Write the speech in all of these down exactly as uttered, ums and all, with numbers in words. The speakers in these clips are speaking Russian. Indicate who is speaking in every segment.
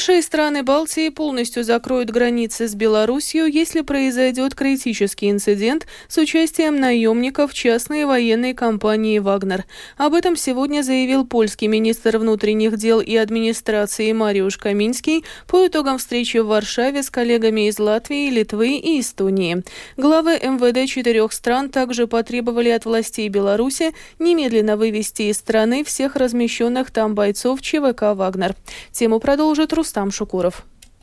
Speaker 1: Польша и страны Балтии полностью закроют границы с Белоруссией, если произойдет критический инцидент с участием наемников частной военной компании «Вагнер». Об этом сегодня заявил польский министр внутренних дел и администрации Мариуш Каминский по итогам встречи в Варшаве с коллегами из Латвии, Литвы и Эстонии. Главы эм вэ дэ четырех стран также потребовали от властей Беларуси немедленно вывести из страны всех размещенных там бойцов че вэ ка «Вагнер». Тему продолжит Рустам Шукуров.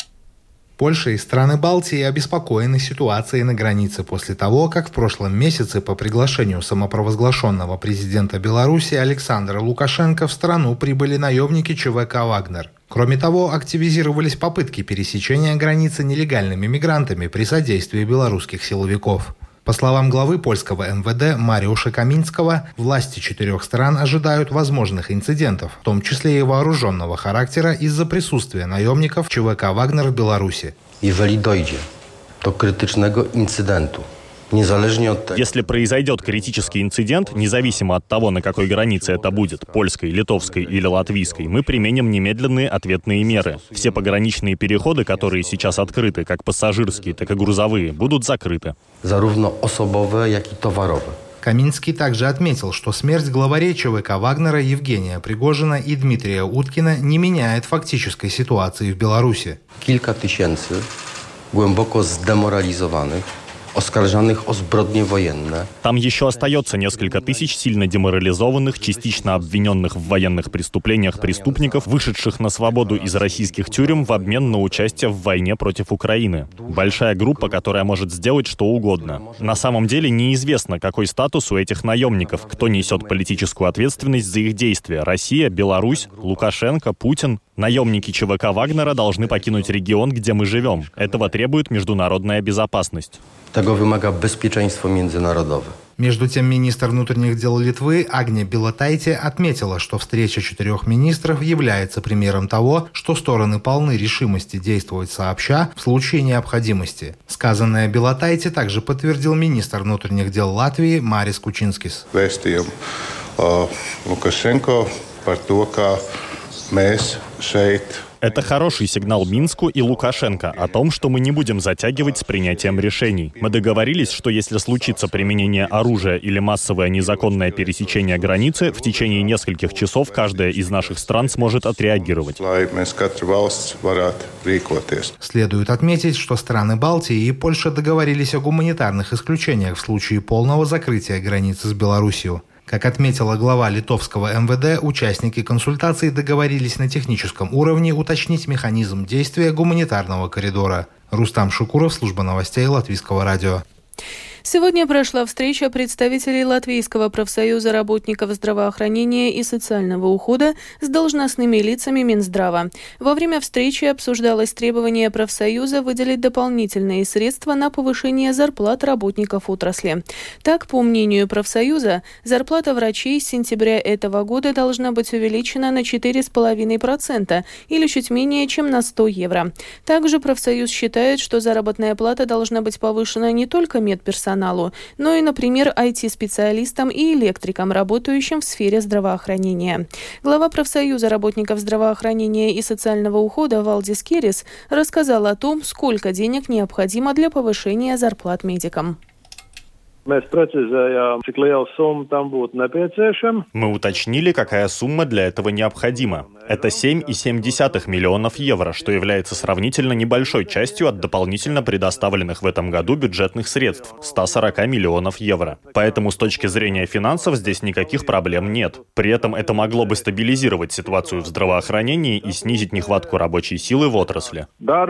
Speaker 2: Польша и страны Балтии обеспокоены ситуацией на границе после того, как в прошлом месяце по приглашению самопровозглашенного президента Беларуси Александра Лукашенко в страну прибыли наемники че вэ ка «Вагнер». Кроме того, активизировались попытки пересечения границы нелегальными мигрантами при содействии белорусских силовиков. По словам главы польского эм вэ дэ Мариуша Каминского, власти четырех стран ожидают возможных инцидентов, в том числе и вооруженного характера из-за присутствия наемников че вэ ка «Вагнер» в Беларуси.
Speaker 3: Jeżeli dojdzie do krytycznego incydentu, незалежно от того.
Speaker 4: Если произойдет критический инцидент, независимо от того, на какой границе это будет, польской, литовской или латвийской, мы применим немедленные ответные меры. Все пограничные переходы, которые сейчас открыты, как пассажирские, так и грузовые, будут закрыты.
Speaker 3: Zarówno osobowe, jak i towarowe.
Speaker 2: Каминский также отметил, что смерть главарей че вэ ка «Вагнера» Евгения Пригожина и Дмитрия Уткина не меняет фактической ситуации в Беларуси.
Speaker 3: Kilka tysięcy głęboko zdemoralizowanych, oskarżanych o zbrodnie wojenne.
Speaker 4: Там еще остается несколько тысяч сильно деморализованных, частично обвиненных в военных преступлениях преступников, вышедших на свободу из российских тюрем в обмен на участие в войне против Украины. Большая группа, которая может сделать что угодно. На самом деле неизвестно, какой статус у этих наемников, кто несет политическую ответственность за их действия. Россия, Беларусь, Лукашенко, Путин. Наемники че вэ ка «Вагнера» должны покинуть регион, где мы живем. Этого требует международная безопасность.
Speaker 3: Tego wymaga bezpieczeństwo międzynarodowe.
Speaker 2: Между тем, министр внутренних дел Литвы Агния Билотайте отметила, что встреча четырех министров является примером того, что стороны полны решимости действовать сообща в случае необходимости. Сказанное Билотайте также подтвердил министр внутренних дел Латвии Марис Кучинскис.
Speaker 5: Лукашенко par to, ka mēs šeit
Speaker 4: Это хороший сигнал Минску и Лукашенко о том, что мы не будем затягивать с принятием решений. Мы договорились, что если случится применение оружия или массовое незаконное пересечение границы, в течение нескольких часов каждая из наших стран сможет отреагировать.
Speaker 2: Следует отметить, что страны Балтии и Польша договорились о гуманитарных исключениях в случае полного закрытия границы с Белоруссией. Как отметила глава литовского эм вэ дэ, участники консультаций договорились на техническом уровне уточнить механизм действия гуманитарного коридора. Рустам Шукуров, служба новостей Латвийского радио.
Speaker 1: Сегодня прошла встреча представителей Латвийского профсоюза работников здравоохранения и социального ухода с должностными лицами Минздрава. Во время встречи обсуждалось требование профсоюза выделить дополнительные средства на повышение зарплат работников отрасли. Так, по мнению профсоюза, зарплата врачей с сентября этого года должна быть увеличена на четыре целых пять десятых процента или чуть менее, чем на сто евро. Также профсоюз считает, что заработная плата должна быть повышена не только медперсоналу, но и, например, ай ти-специалистам и электрикам, работающим в сфере здравоохранения. Глава профсоюза работников здравоохранения и социального ухода Валдис Керис рассказал о том, сколько денег необходимо для повышения зарплат медикам.
Speaker 4: Мы уточнили, какая сумма для этого необходима. Это семь целых семь десятых миллионов евро, что является сравнительно небольшой частью от дополнительно предоставленных в этом году бюджетных средств – сто сорок миллионов евро. Поэтому с точки зрения финансов здесь никаких проблем нет. При этом это могло бы стабилизировать ситуацию в здравоохранении и снизить нехватку рабочей силы в отрасли.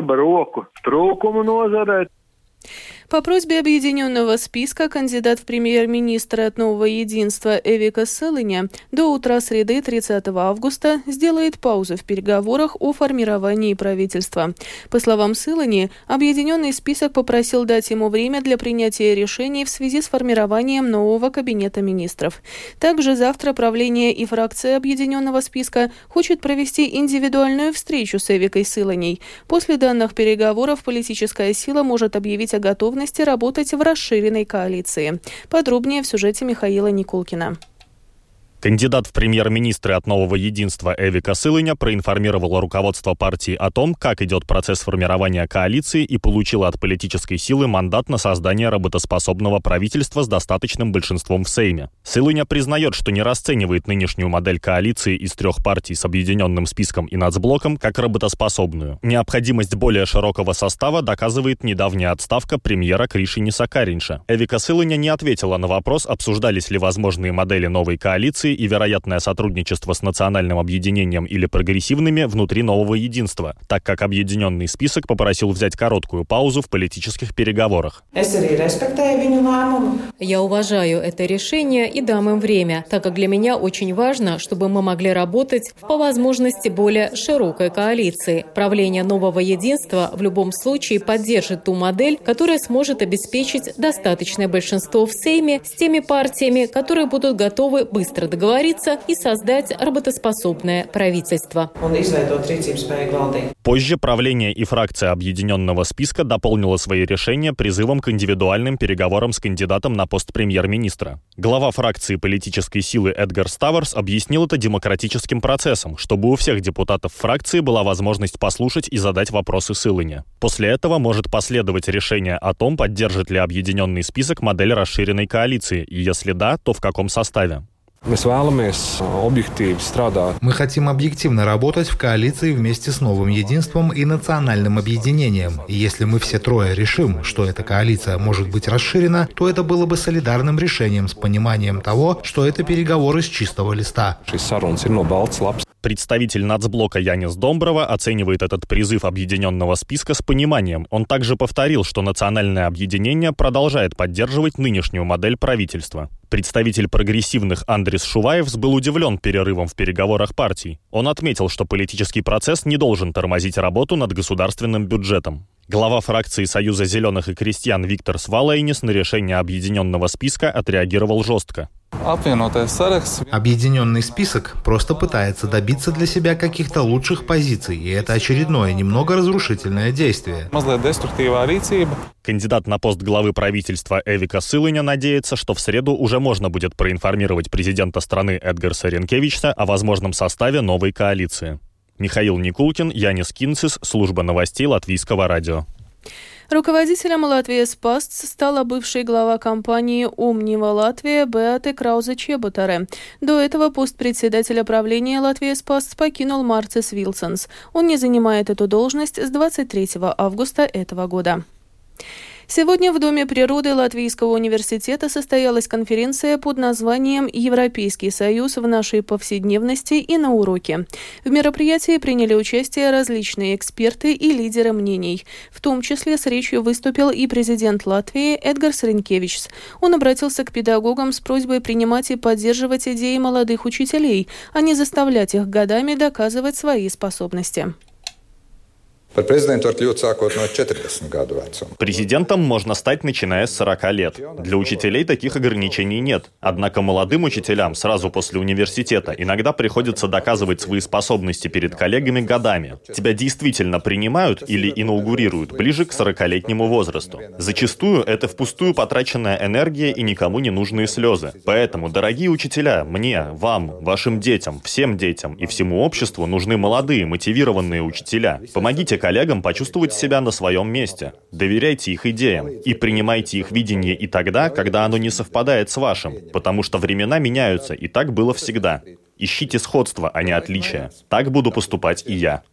Speaker 1: По просьбе объединенного списка кандидат в премьер-министры от Нового единства Эвика Селыня до утра среды тридцатого августа сделает паузу в переговорах о формировании правительства. По словам Селыни, объединенный список попросил дать ему время для принятия решений в связи с формированием нового кабинета министров. Также завтра правление и фракция объединенного списка хочет провести индивидуальную встречу с Эвикой Селыней. После данных переговоров политическая сила может объявить о готовности работать в расширенной коалиции. Подробнее в сюжете Михаила Никулкина.
Speaker 4: Кандидат в премьер-министры от «Нового единства» Эвика Сылыня проинформировала руководство партии о том, как идет процесс формирования коалиции, и получила от политической силы мандат на создание работоспособного правительства с достаточным большинством в Сейме. Сылыня признает, что не расценивает нынешнюю модель коалиции из трех партий с объединенным списком и нацблоком как работоспособную. Необходимость более широкого состава доказывает недавняя отставка премьера Кришини Сакаринша. Эвика Сылыня не ответила на вопрос, обсуждались ли возможные модели новой коалиции и вероятное сотрудничество с национальным объединением или прогрессивными внутри «Нового единства», так как объединенный список попросил взять короткую паузу в политических переговорах.
Speaker 6: Я уважаю это решение и дам им время, так как для меня очень важно, чтобы мы могли работать в, по возможности, более широкой коалиции. Правление «Нового единства» в любом случае поддержит ту модель, которая сможет обеспечить достаточное большинство в Сейме с теми партиями, которые будут готовы быстро договориться договориться и создать работоспособное правительство.
Speaker 4: Позже правление и фракция объединенного списка дополнила свои решения призывом к индивидуальным переговорам с кандидатом на пост премьер-министра. Глава фракции политической силы Эдгар Ставарс объяснил это демократическим процессом, чтобы у всех депутатов фракции была возможность послушать и задать вопросы Сылыне. После этого может последовать решение о том, поддержит ли объединенный список модель расширенной коалиции, и если да, то в каком составе.
Speaker 2: Мы хотим объективно работать в коалиции вместе с Новым единством и национальным объединением. И если мы все трое решим, что эта коалиция может быть расширена, то это было бы солидарным решением с пониманием того, что это переговоры с чистого листа.
Speaker 4: Представитель нацблока Янис Домброва оценивает этот призыв объединенного списка с пониманием. Он также повторил, что национальное объединение продолжает поддерживать нынешнюю модель правительства. Представитель прогрессивных Андрис Шуваевс был удивлен перерывом в переговорах партий. Он отметил, что политический процесс не должен тормозить работу над государственным бюджетом. Глава фракции Союза зеленых и крестьян Виктор Свалайнис на решение объединенного списка отреагировал жестко.
Speaker 2: Объединенный список просто пытается добиться для себя каких-то лучших позиций, и это очередное, немного разрушительное действие.
Speaker 4: Кандидат на пост главы правительства Эвика Сылыня надеется, что в среду уже можно будет проинформировать президента страны Эдгарса Ринкевичса о возможном составе новой коалиции. Михаил Никулкин, Янис Кинцис, служба новостей Латвийского радио.
Speaker 1: Руководителем Латвии Спаsts стала бывшая глава компании «Умнива Латвия» Беате Краузе-Чебутаре. До этого пост председателя правления Латвии Спаsts покинул Марцис Вилсонс. Он не занимает эту должность с двадцать третьего августа этого года. Сегодня в Доме природы Латвийского университета состоялась конференция под названием «Европейский союз в нашей повседневности и на уроке». В мероприятии приняли участие различные эксперты и лидеры мнений. В том числе с речью выступил и президент Латвии Эдгарс Ринкевичс. Он обратился к педагогам с просьбой принимать и поддерживать идеи молодых учителей, а не заставлять их годами доказывать свои способности.
Speaker 4: Президентом можно стать, начиная с сорока лет. Для учителей таких ограничений нет. Однако молодым учителям сразу после университета иногда приходится доказывать свои способности перед коллегами годами. Тебя действительно принимают или инаугурируют ближе к сорокалетнему возрасту. Зачастую это впустую потраченная энергия и никому не нужные слезы. Поэтому, дорогие учителя, мне, вам, вашим детям, всем детям и всему обществу нужны молодые, мотивированные учителя. Помогите коллегам почувствовать себя на своем месте. Доверяйте их идеям и принимайте их видение и тогда, когда оно не совпадает с вашим, потому что времена меняются, и так было всегда. Ищите сходства, а не отличия. Так буду поступать и я.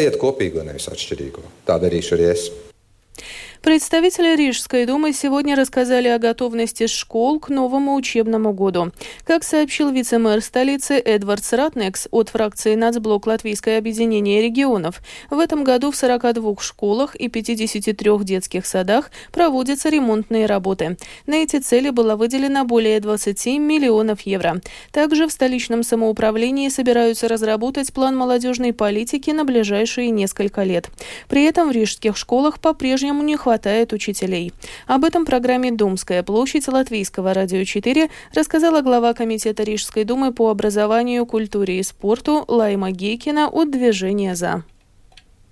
Speaker 1: Представители Рижской думы сегодня рассказали о готовности школ к новому учебному году. Как сообщил вице-мэр столицы Эдвардс Ратнекс от фракции «Нацблок» Латвийское объединение регионов, в этом году в сорока двух школах и пятидесяти трёх детских садах проводятся ремонтные работы. На эти цели было выделено более двадцати миллионов евро. Также в столичном самоуправлении собираются разработать план молодежной политики на ближайшие несколько лет. При этом в рижских школах по-прежнему не хватает хватает учителей. Об этом программе «Думская площадь» Латвийского радио четыре рассказала глава комитета Рижской думы по образованию, культуре и спорту Лайма Гейкина от движения «За».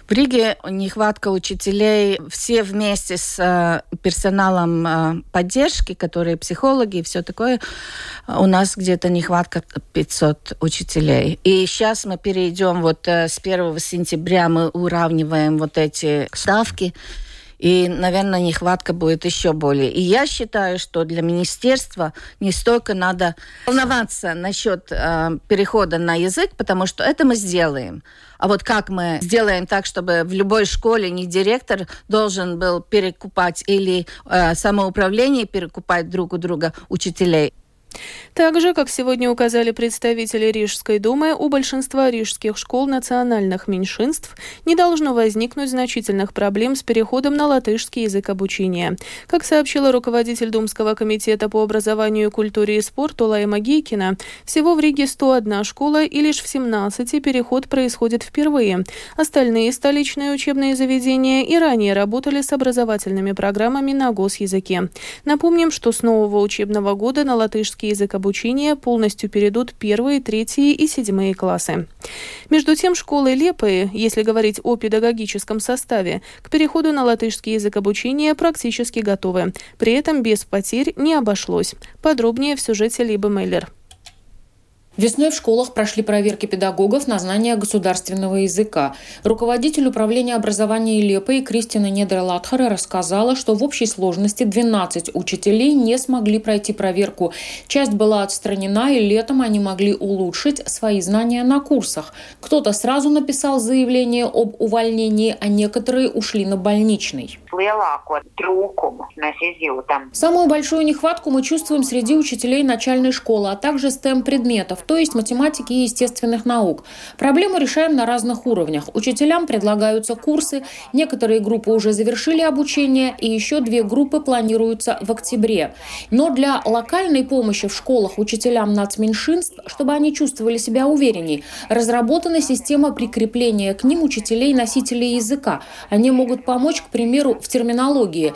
Speaker 7: В Риге нехватка учителей. Все вместе с э, персоналом э, поддержки, которые психологи и все такое, у нас где-то нехватка пятьсот учителей. И сейчас мы перейдем, вот э, с первого сентября мы уравниваем вот эти ставки. И, наверное, нехватка будет еще более. И я считаю, что для министерства не столько надо волноваться насчет э, перехода на язык, потому что это мы сделаем. А вот как мы сделаем так, чтобы в любой школе не директор должен был перекупать или э, самоуправление перекупать друг у друга учителей.
Speaker 1: Так же, как сегодня указали представители Рижской думы, у большинства рижских школ национальных меньшинств не должно возникнуть значительных проблем с переходом на латышский язык обучения. Как сообщила руководитель Думского комитета по образованию, культуре и спорту Лайма Гейкина, всего в Риге сто одна школа, и лишь в семнадцати переход происходит впервые. Остальные столичные учебные заведения и ранее работали с образовательными программами на госязыке. Напомним, что с нового учебного года на латышский язык обучения полностью перейдут первые, третьи и седьмые классы. Между тем, школы Лепые, если говорить о педагогическом составе, к переходу на латышский язык обучения практически готовы. При этом без потерь не обошлось. Подробнее в сюжете Либы Меллер.
Speaker 8: Весной в школах прошли проверки педагогов на знание государственного языка. Руководитель управления образования Лепы Кристина Недерлатхара рассказала, что в общей сложности двенадцать учителей не смогли пройти проверку. Часть была отстранена, и летом они могли улучшить свои знания на курсах. Кто-то сразу написал заявление об увольнении, а некоторые ушли на больничный. Самую большую нехватку мы чувствуем среди учителей начальной школы, а также стэм-предметов, то есть математики и естественных наук. Проблему решаем на разных уровнях. Учителям предлагаются курсы, некоторые группы уже завершили обучение, и еще две группы планируются в октябре. Но для локальной помощи в школах учителям нацменьшинств, чтобы они чувствовали себя уверенней, разработана система прикрепления к ним учителей-носителей языка. Они могут помочь, к примеру, в терминологии.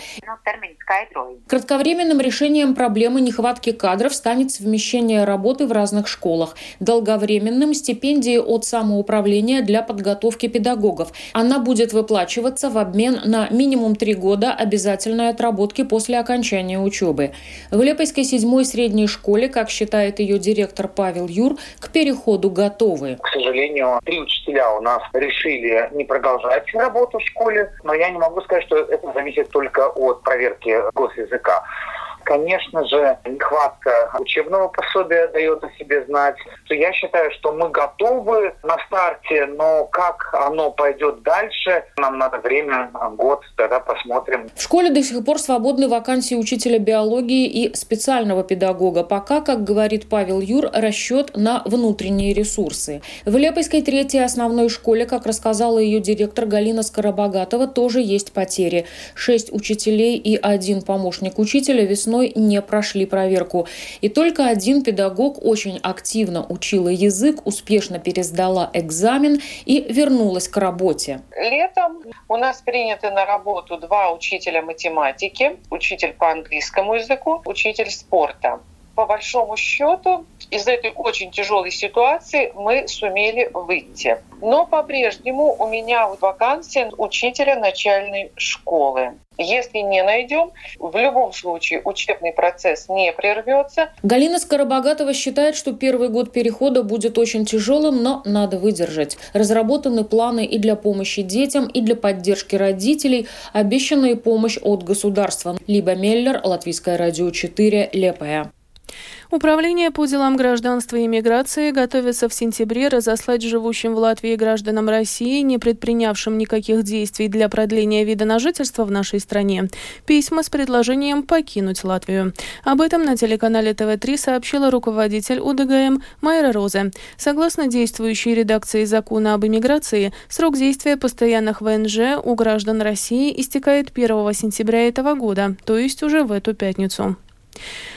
Speaker 8: Кратковременным решением проблемы нехватки кадров станет совмещение работы в разных школах. Долговременным – стипендии от самоуправления для подготовки педагогов. Она будет выплачиваться в обмен на минимум три года обязательной отработки после окончания учебы. В Лепойской седьмой средней школе, как считает ее директор Павел Юр, к переходу готовы.
Speaker 9: К сожалению, три учителя у нас решили не продолжать работу в школе, но я не могу сказать, что это зависит только от проверки госязыка. Конечно же, нехватка учебного пособия дает о себе знать. Я считаю, что мы готовы на старте, но как оно пойдет дальше, нам надо время, год, тогда посмотрим.
Speaker 8: В школе до сих пор свободны вакансии учителя биологии и специального педагога. Пока, как говорит Павел Юр, расчет на внутренние ресурсы. В Лепойской третьей основной школе, как рассказала ее директор Галина Скоробогатова, тоже есть потери. Шесть учителей и один помощник учителя весной не прошли проверку. И только один педагог очень активно учила язык, успешно пересдала экзамен и вернулась к работе.
Speaker 10: Летом у нас приняты на работу два учителя математики, учитель по английскому языку, учитель спорта. По большому счету, из этой очень тяжелой ситуации мы сумели выйти. Но по-прежнему у меня вакансия учителя начальной школы. Если не найдем, в любом случае учебный процесс не прервется.
Speaker 8: Галина Скоробогатова считает, что первый год перехода будет очень тяжелым, но надо выдержать. Разработаны планы и для помощи детям, и для поддержки родителей, обещанная помощь от государства. Либа Меллер, Латвийское радио четыре, Лепая.
Speaker 1: Управление по делам гражданства и миграции готовится в сентябре разослать живущим в Латвии гражданам России, не предпринявшим никаких действий для продления вида на жительство в нашей стране, письма с предложением покинуть Латвию. Об этом на телеканале тэ вэ три сообщила руководитель у дэ гэ эм Майра Розе. Согласно действующей редакции закона об иммиграции, срок действия постоянных вэ эн жэ у граждан России истекает первого сентября этого года, то есть уже в эту пятницу.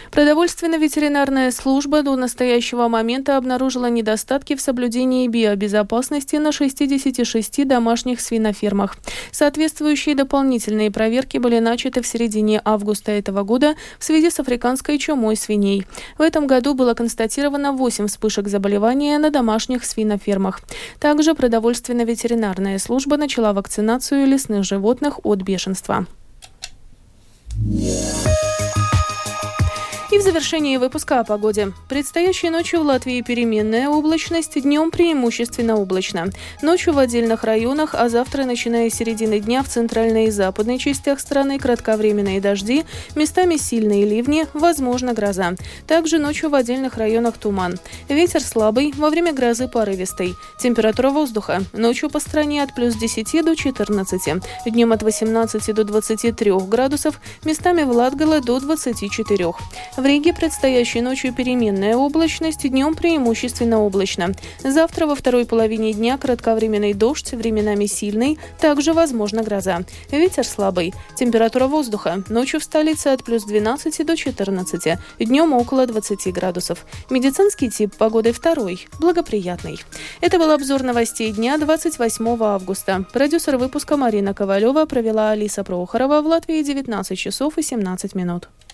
Speaker 1: Продовольственно-ветеринарная служба до настоящего момента обнаружила недостатки в соблюдении биобезопасности на шестидесяти шести домашних свинофермах. Соответствующие дополнительные проверки были начаты в середине августа этого года в связи с африканской чумой свиней. В этом году было констатировано восемь вспышек заболевания на домашних свинофермах. Также продовольственно-ветеринарная служба начала вакцинацию лесных животных от бешенства. И в завершении выпуска о погоде. Предстоящей ночью в Латвии переменная облачность, днем преимущественно облачно. Ночью в отдельных районах, а завтра, начиная с середины дня, в центральной и западной частях страны кратковременные дожди, местами сильные ливни, возможно гроза. Также ночью в отдельных районах туман. Ветер слабый, во время грозы порывистый. Температура воздуха. Ночью по стране от плюс десяти до четырнадцати. Днем от восемнадцати до двадцати трёх градусов, местами в Латгале до двадцати четырёх. В Риге предстоящей ночью переменная облачность, днем преимущественно облачно. Завтра во второй половине дня кратковременный дождь, временами сильный, также возможна гроза. Ветер слабый. Температура воздуха. Ночью в столице от плюс двенадцати до четырнадцати. Днем около двадцати градусов. Медицинский тип погоды второй. Благоприятный. Это был обзор новостей дня двадцать восьмого августа. Продюсер выпуска Марина Ковалева, провела Алиса Прохорова. В Латвии девятнадцать часов и семнадцать минут.